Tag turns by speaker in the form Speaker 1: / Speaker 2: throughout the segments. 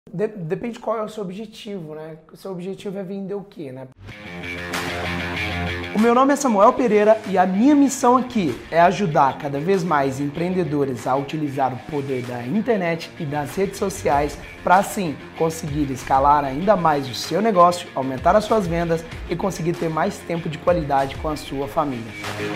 Speaker 1: Depende qual é o seu objetivo, né? O seu objetivo é vender o quê, né? O meu nome é Samuel Pereira e a minha missão aqui é ajudar cada vez mais empreendedores a utilizar o poder da internet e das redes sociais para assim conseguir escalar ainda mais o seu negócio, aumentar as suas vendas e conseguir ter mais tempo de qualidade com a sua família.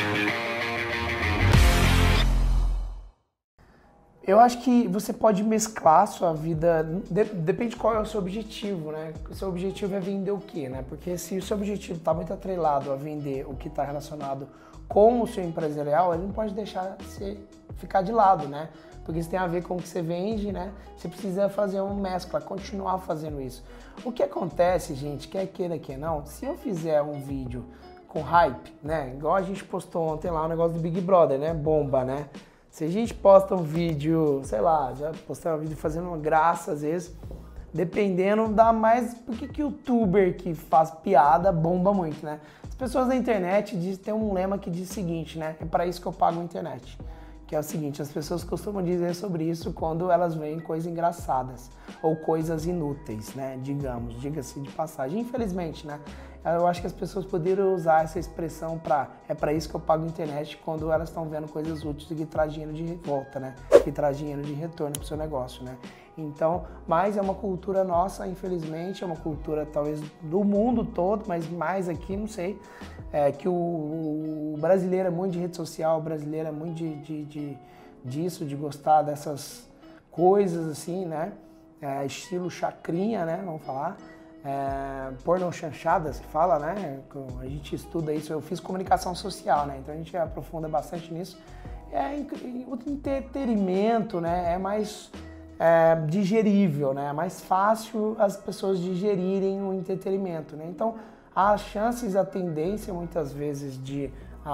Speaker 1: Eu acho que você pode mesclar a sua vida, depende qual é o seu objetivo, né? O seu objetivo é vender o quê, né? Porque se o seu objetivo está muito atrelado a vender o que está relacionado com o seu empresarial, ele não pode deixar você ficar de lado, né? Porque isso tem a ver com o que você vende, né? Você precisa fazer uma mescla, continuar fazendo isso. O que acontece, gente, quer queira, quer não, se eu fizer um vídeo com hype, né? Igual a gente postou ontem lá o negócio do Big Brother, né? Bomba, né? Se a gente posta um vídeo, sei lá, já postei um vídeo fazendo uma graça às vezes, dependendo, dá mais... Por que youtuber que faz piada bomba muito, né? As pessoas na internet tem um lema que diz o seguinte, né? É para isso que eu pago a internet. Que é o seguinte, as pessoas costumam dizer sobre isso quando elas veem coisas engraçadas ou coisas inúteis, né? Diga-se de passagem. Infelizmente, né? Eu acho que as pessoas poderiam usar essa expressão é para isso que eu pago a internet quando elas estão vendo coisas úteis e que traz dinheiro de volta, né? Que traz dinheiro de retorno para o seu negócio, né? Então, mas é uma cultura nossa, infelizmente, é uma cultura talvez do mundo todo, mas mais aqui, não sei, que o brasileiro é muito de rede social, o brasileiro é muito disso, de gostar dessas coisas assim, né? Estilo chacrinha, né? Vamos falar. Porno chanchadas que fala, né? A gente estuda isso, eu fiz comunicação social, né? Então a gente aprofunda bastante nisso. O entretenimento, né? É mais digerível, né? É mais fácil as pessoas digerirem o entretenimento, né? Então há chances, a tendência muitas vezes de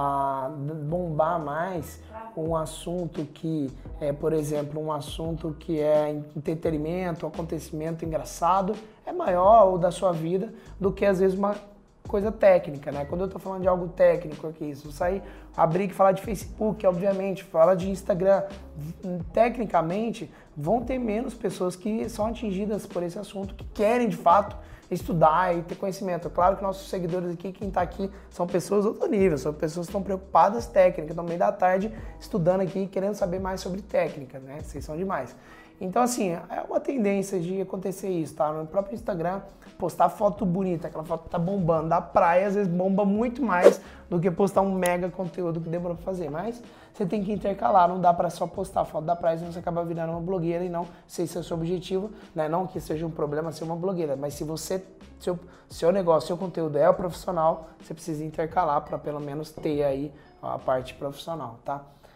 Speaker 1: bombar mais um assunto que por exemplo, um assunto que é entretenimento, um acontecimento engraçado, é maior o da sua vida do que às vezes uma coisa técnica, né? Quando eu tô falando de algo técnico aqui, se eu sair, abrir e falar de Facebook, obviamente, falar de Instagram, tecnicamente, vão ter menos pessoas que são atingidas por esse assunto, que querem de fato estudar e ter conhecimento. Claro que nossos seguidores aqui, quem está aqui, são pessoas de outro nível, são pessoas que estão preocupadas técnicas, no meio da tarde estudando aqui, querendo saber mais sobre técnica, né? Vocês são demais. Então, assim, é uma tendência de acontecer isso, tá? No próprio Instagram, postar foto bonita, aquela foto que tá bombando da praia, às vezes bomba muito mais do que postar um mega conteúdo que demorou pra fazer. Mas você tem que intercalar, não dá pra só postar foto da praia, senão você acaba virando uma blogueira e não sei se é o seu objetivo, né? Não que seja um problema ser uma blogueira, mas se você, seu negócio, seu conteúdo é o profissional, você precisa intercalar para pelo menos ter aí a parte profissional, tá?